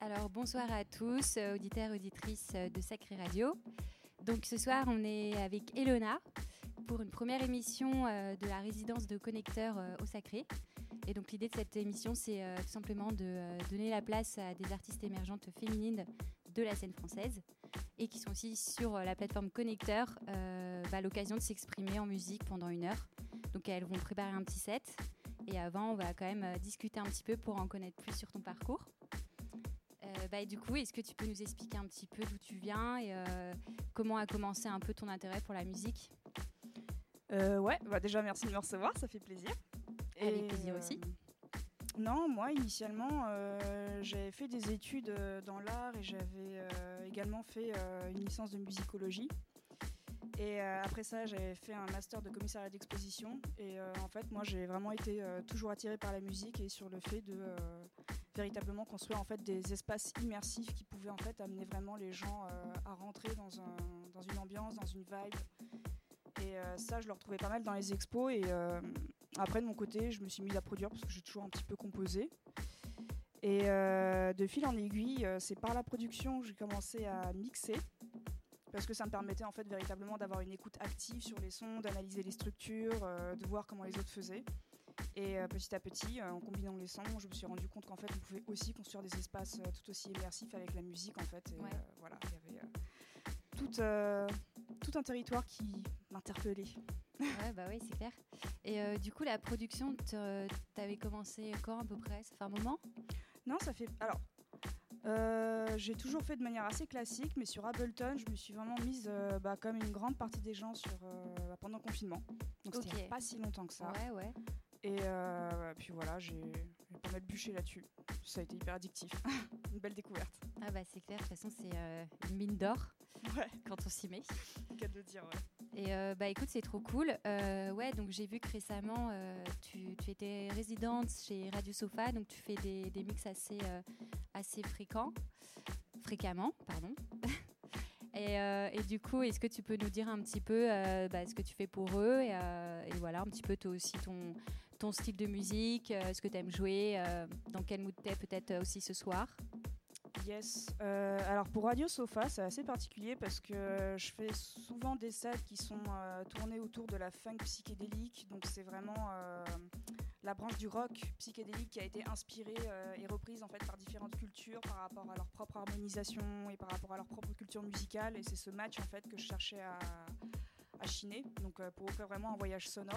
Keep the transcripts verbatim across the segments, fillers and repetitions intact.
Alors bonsoir à tous, euh, auditeurs, auditrices euh, de Sacré Radio. Donc ce soir, on est avec Elona pour une première émission euh, de la résidence de connecteurs euh, au Sacré. Et donc l'idée de cette émission, c'est euh, tout simplement de euh, donner la place à des artistes émergentes féminines de la scène française et qui sont aussi sur euh, la plateforme Connecteur, euh, bah, l'occasion de s'exprimer en musique pendant une heure. Donc elles vont préparer un petit set. Et avant, on va quand même euh, discuter un petit peu pour en connaître plus sur ton parcours. Euh, bah, et du coup, est-ce que tu peux nous expliquer un petit peu d'où tu viens et euh, comment a commencé un peu ton intérêt pour la musique ? euh, Ouais, bah déjà merci de me recevoir, ça fait plaisir. Avec et, plaisir aussi. Euh, non, moi initialement, euh, j'avais fait des études euh, dans l'art et j'avais euh, également fait euh, une licence de musicologie. Et euh, après ça, j'avais fait un master de commissariat d'exposition. Et euh, en fait, moi, j'ai vraiment été euh, toujours attirée par la musique et sur le fait de euh, véritablement construire en fait des espaces immersifs qui pouvaient en fait amener vraiment les gens euh, à rentrer dans, un, dans une ambiance, dans une vibe. Et euh, ça, je le retrouvais pas mal dans les expos. Et euh, après, de mon côté, je me suis mise à produire parce que j'ai toujours un petit peu composé. Et euh, de fil en aiguille, euh, c'est par la production que j'ai commencé à mixer. Parce que ça me permettait en fait véritablement d'avoir une écoute active sur les sons, d'analyser les structures, euh, de voir comment les autres faisaient. Et euh, petit à petit, euh, en combinant les sons, je me suis rendu compte qu'en fait, on pouvait aussi construire des espaces euh, tout aussi immersifs avec la musique en fait. Et ouais. euh, voilà, il y avait euh, tout, euh, tout un territoire qui m'interpellait. Ouais, bah oui, c'est clair. Et euh, du coup, la production, t'avais commencé quand à peu près ? Ça fait un moment ? Non, ça fait... Alors... Euh, j'ai toujours fait de manière assez classique, mais sur Ableton, je me suis vraiment mise euh, bah, comme une grande partie des gens sur, euh, pendant le confinement. Donc okay. C'était pas si longtemps que ça. Ouais, ouais. Et euh, puis voilà, j'ai, j'ai pas mal bûché là-dessus. Ça a été hyper addictif. Une belle découverte. Ah bah c'est clair, de toute façon c'est euh, une mine d'or ouais. quand on s'y met. Qu'à de le dire, ouais. Et euh, bah écoute, c'est trop cool. Euh, ouais, donc j'ai vu que récemment, euh, tu, tu étais résidente chez Radio Sofa, donc tu fais des, des mix assez, euh, assez fréquents, fréquemment, pardon. et, euh, et du coup, est-ce que tu peux nous dire un petit peu euh, bah, ce que tu fais pour eux et, euh, et voilà, un petit peu toi aussi ton, ton style de musique, euh, ce que tu aimes jouer, euh, dans quel mood t'es peut-être aussi ce soir ? Yes. Euh, alors pour Radio Sofa, c'est assez particulier parce que je fais souvent des sets qui sont euh, tournés autour de la funk psychédélique. Donc c'est vraiment euh, la branche du rock psychédélique qui a été inspirée euh, et reprise en fait par différentes cultures par rapport à leur propre harmonisation et par rapport à leur propre culture musicale. Et c'est ce match en fait que je cherchais à, à chiner, donc euh, pour offrir vraiment un voyage sonore.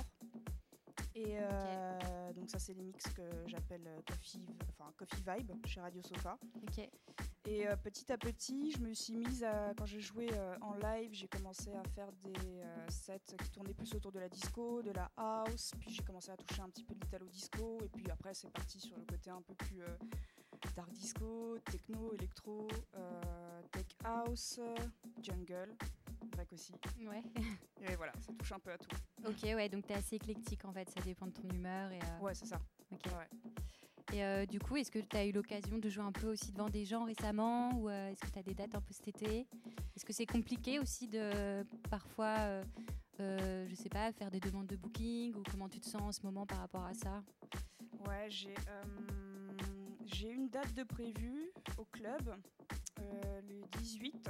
Et euh, okay. donc ça c'est les mix que j'appelle coffee, enfin coffee vibe chez Radio Sofa. Okay. Et euh, petit à petit, je me suis mise à, quand j'ai joué euh, en live, j'ai commencé à faire des euh, sets qui tournaient plus autour de la disco, de la house. Puis j'ai commencé à toucher un petit peu de l'italo disco. Et puis après c'est parti sur le côté un peu plus euh, dark disco, techno, électro, euh, tech house, jungle. Break aussi. Ouais. Et voilà, ça touche un peu à tout. Ok, ouais, donc t'es assez éclectique en fait, ça dépend de ton humeur. Et euh... Ouais, c'est ça. Ok. Ouais. Et euh, du coup, est-ce que tu as eu l'occasion de jouer un peu aussi devant des gens récemment ou euh, est-ce que tu as des dates un peu cet été ? Est-ce que c'est compliqué aussi de parfois, euh, euh, je sais pas, faire des demandes de booking ou comment tu te sens en ce moment par rapport à ça ? Ouais, j'ai, euh, j'ai une date de prévue au club euh, le dix-huit.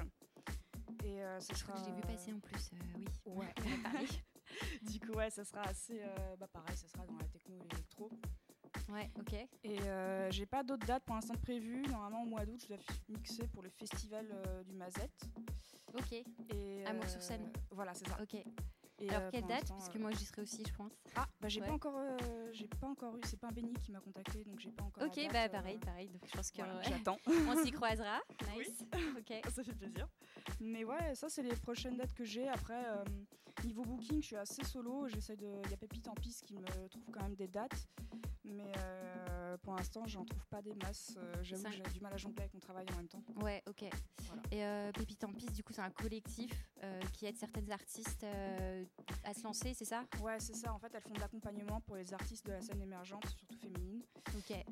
Et euh, ça je sera... crois que je l'ai vu passer en plus, euh, oui. Ouais. On a parlé. Du coup, ouais, ça sera assez... Euh, bah pareil, ça sera dans la techno et l'électro. Ouais, ok. Et euh, j'ai pas d'autres dates pour l'instant prévues. Normalement, au mois d'août, je dois mixer pour le festival euh, du Mazette. Ok. Et, Amour euh, sur scène. Voilà, c'est ça. Ok. Et alors, euh, quelle date ? Parce que euh... moi, j'y serai aussi, je pense. Ah, bah j'ai ouais. pas encore... Euh, j'ai pas encore eu... C'est pas un Benny qui m'a contacté, donc j'ai pas encore Ok, la date, bah pareil, euh... pareil. Donc, je pense que... Voilà, ouais. j'attends. On s'y croisera. Nice. Oui. Ok. Ça fait plaisir. Mais ouais, ça, c'est les prochaines dates que j'ai. Après, euh, niveau booking, je suis assez solo. J'essaie de... Il y a Pépite en piste qui me trouve quand même des dates. Mais euh, pour l'instant, j'en trouve pas des masses. Euh, j'avoue ça... que j'ai du mal à jongler avec mon travail en même temps. Ouais, ok. Voilà. Et euh, Pépite en piste, du coup, c'est un collectif euh, qui aide certaines artistes euh, à se lancer, c'est ça ? Ouais, c'est ça. En fait, elles font de l'accompagnement pour les artistes de la scène émergente, surtout féminine. Ok. Et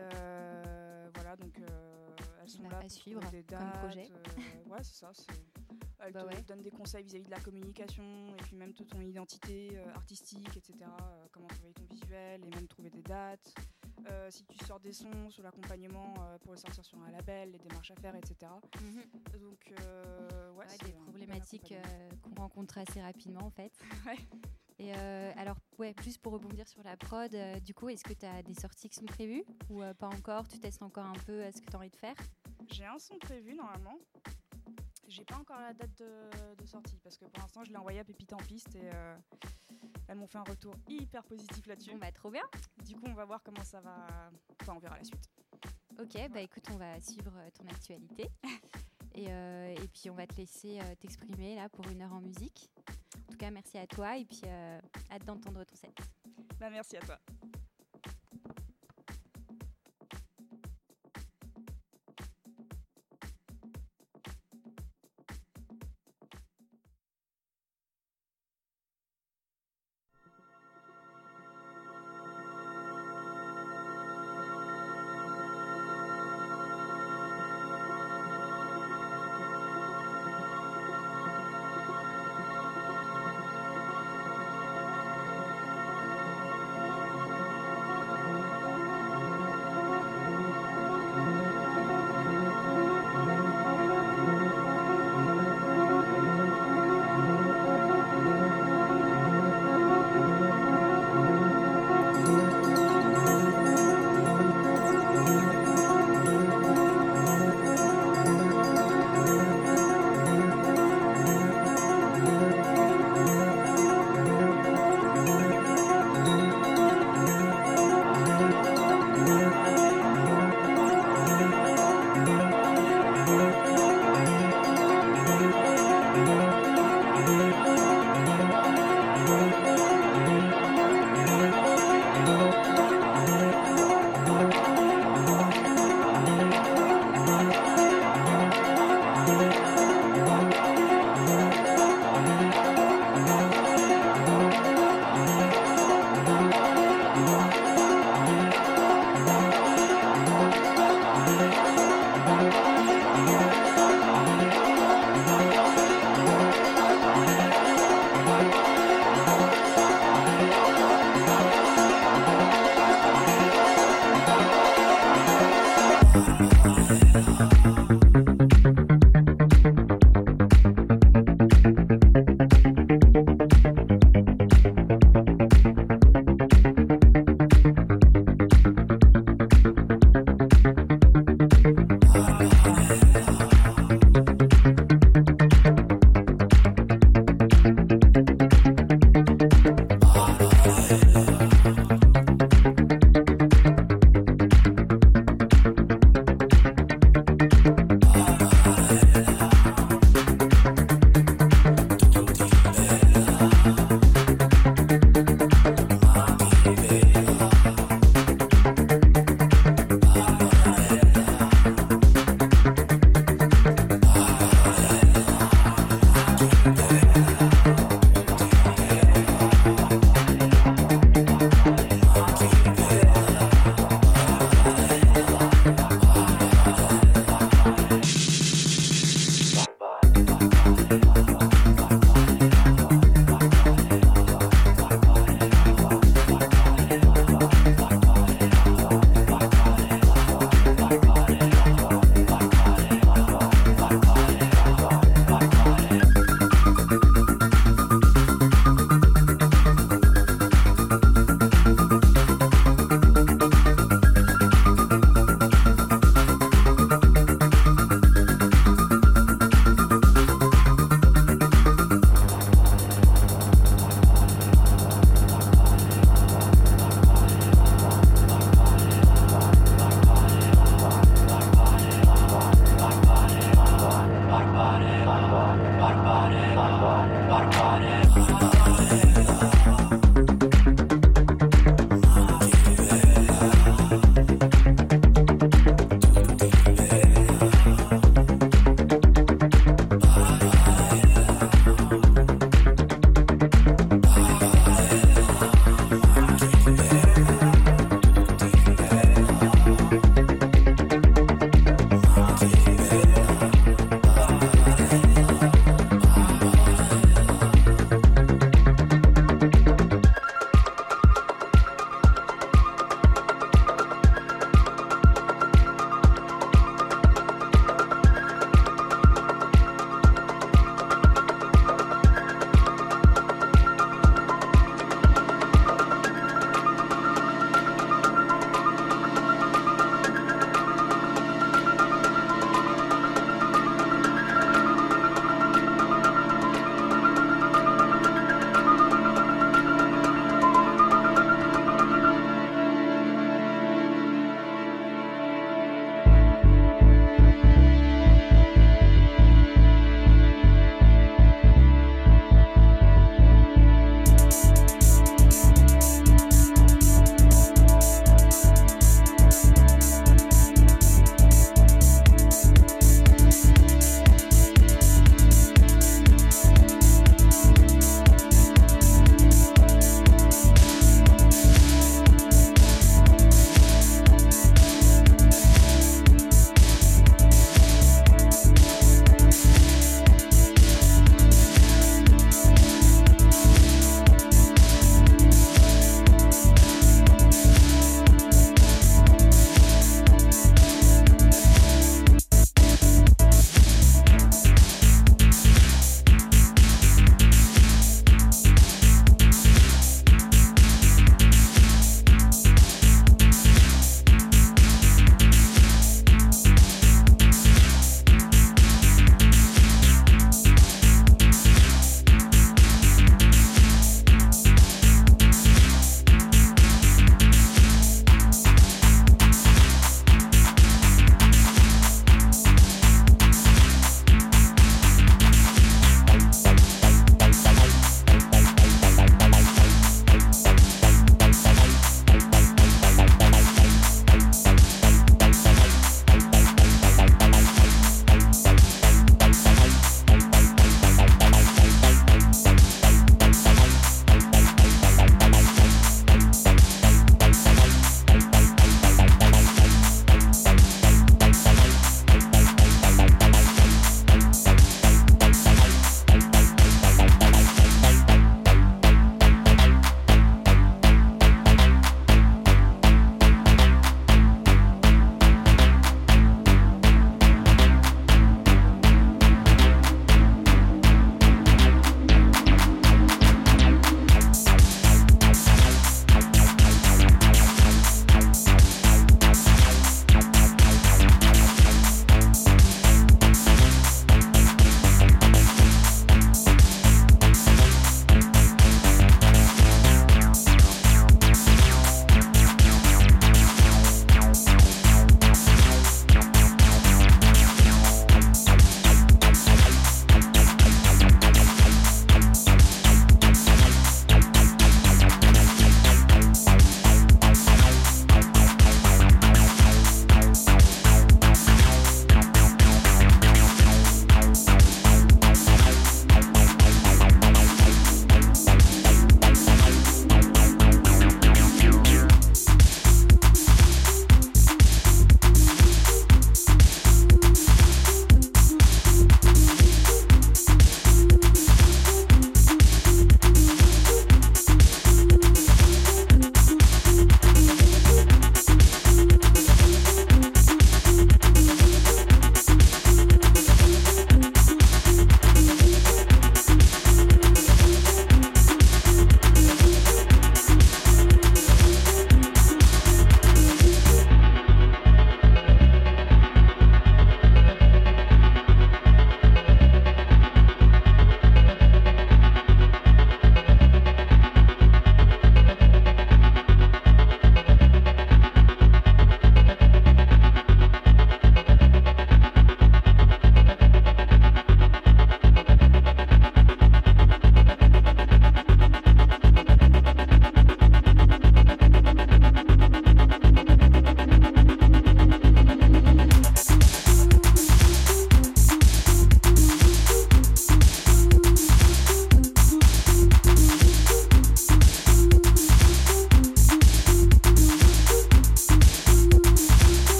euh, voilà, donc euh, elles sont bah, là à pour suivre trouver des dates. Comme projet. Euh, ouais, c'est ça. C'est... Elles bah te ouais. donnent des conseils vis-à-vis de la communication et puis même de ton identité euh, artistique, et cetera. Euh, comment travailler ton visuel et même trouver des dates. euh, si tu sors des sons, sur l'accompagnement euh, pour le sortir sur un label, les démarches à faire, et cetera. Mm-hmm. Donc, euh, ouais, ouais, c'est des problématiques euh, qu'on rencontre assez rapidement en fait. Ouais. Et euh, alors, ouais, juste pour rebondir sur la prod, euh, du coup, est-ce que tu as des sorties qui sont prévues ou euh, pas encore? Tu testes encore un peu ce que tu as envie de faire? J'ai un son prévu normalement. J'ai pas encore la date de, de sortie parce que pour l'instant, je l'ai envoyé à Pépita en piste et euh, elles m'ont fait un retour hyper positif là-dessus. Bon, bah, trop bien. Du coup, on va voir comment ça va. Enfin, on verra la suite. Ok, voilà. Bah écoute, on va suivre ton actualité. et, euh, et puis, on va te laisser euh, t'exprimer là pour une heure en musique. En tout cas, merci à toi et puis euh, hâte d'entendre ton set. Bah, merci à toi.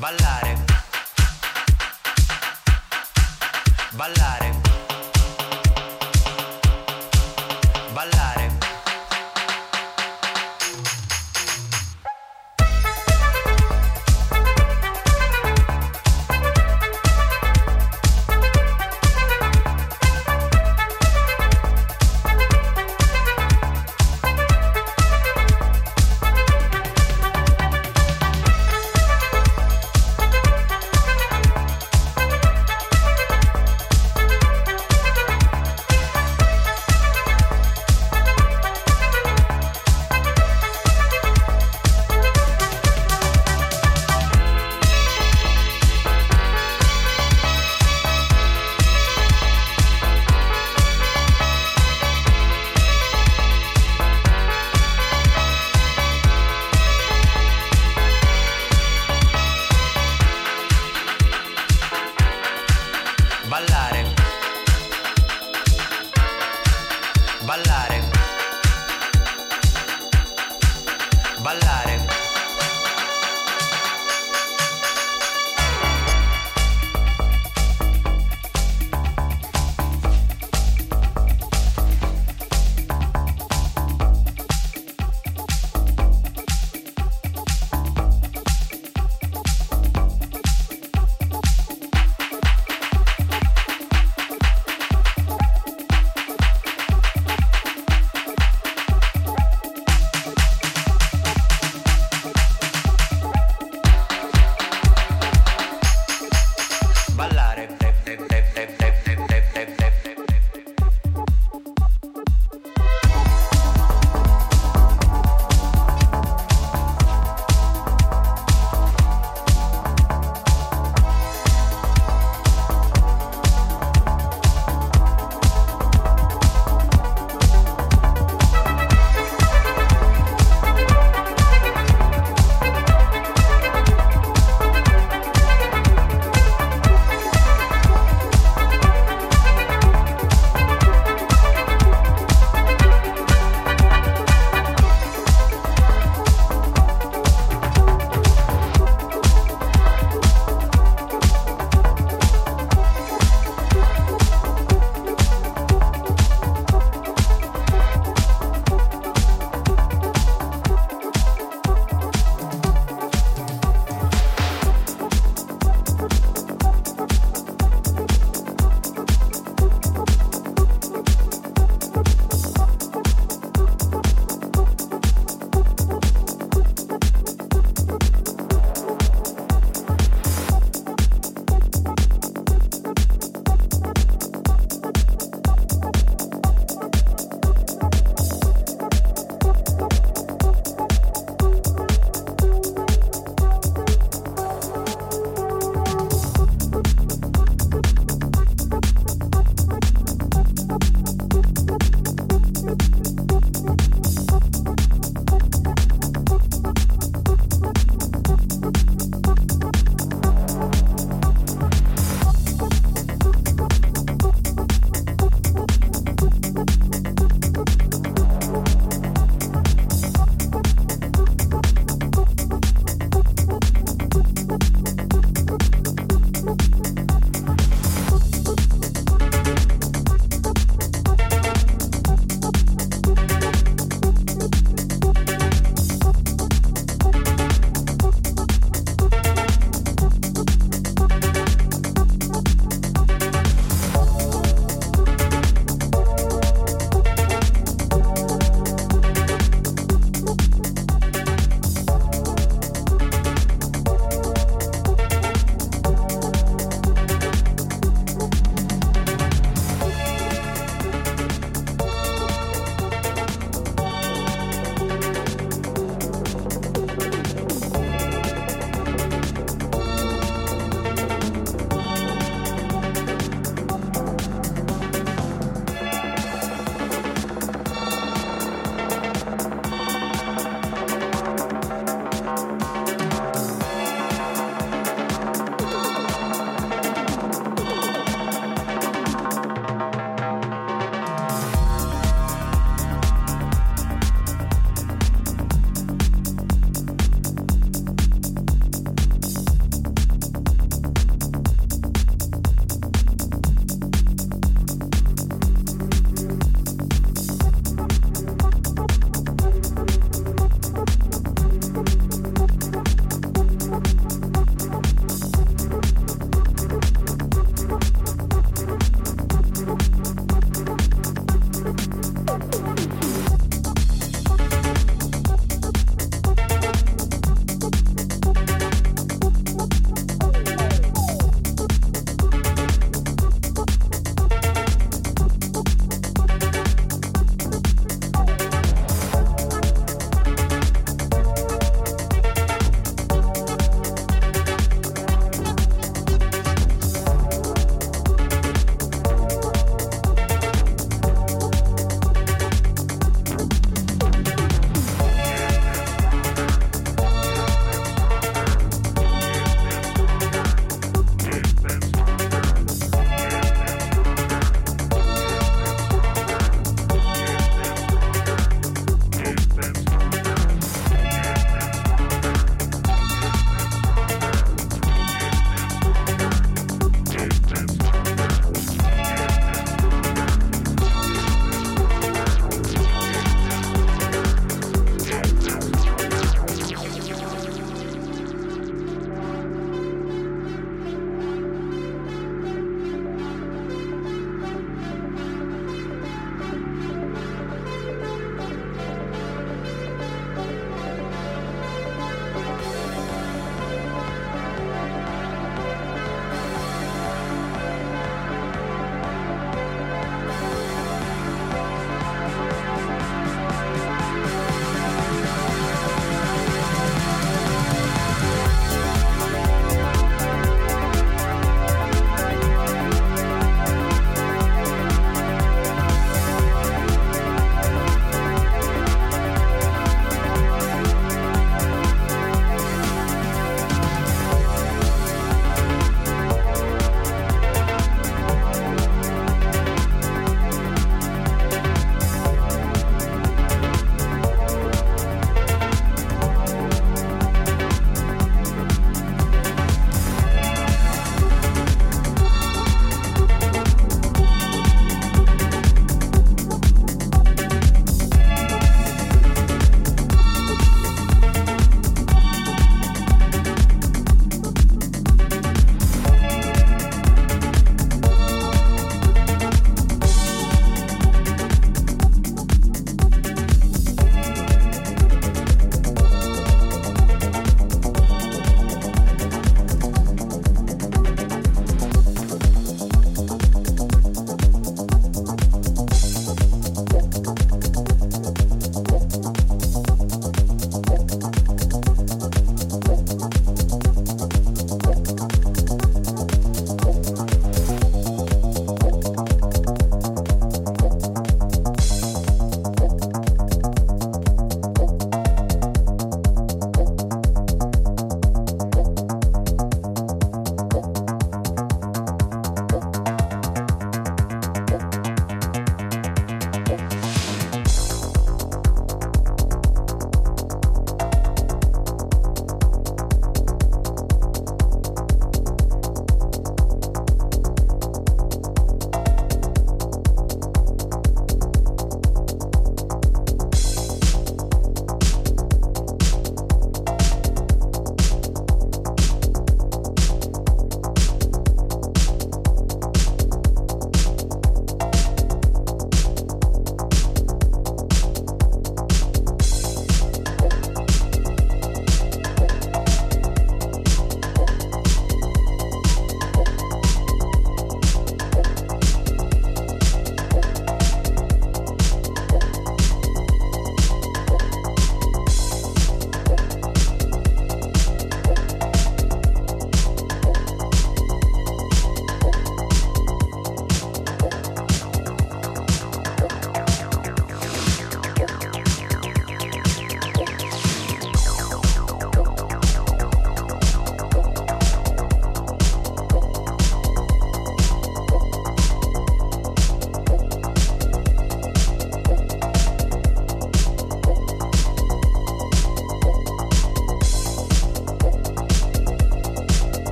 Ballare. Ballare. Ballare. Ballare. Ballare. Ballare.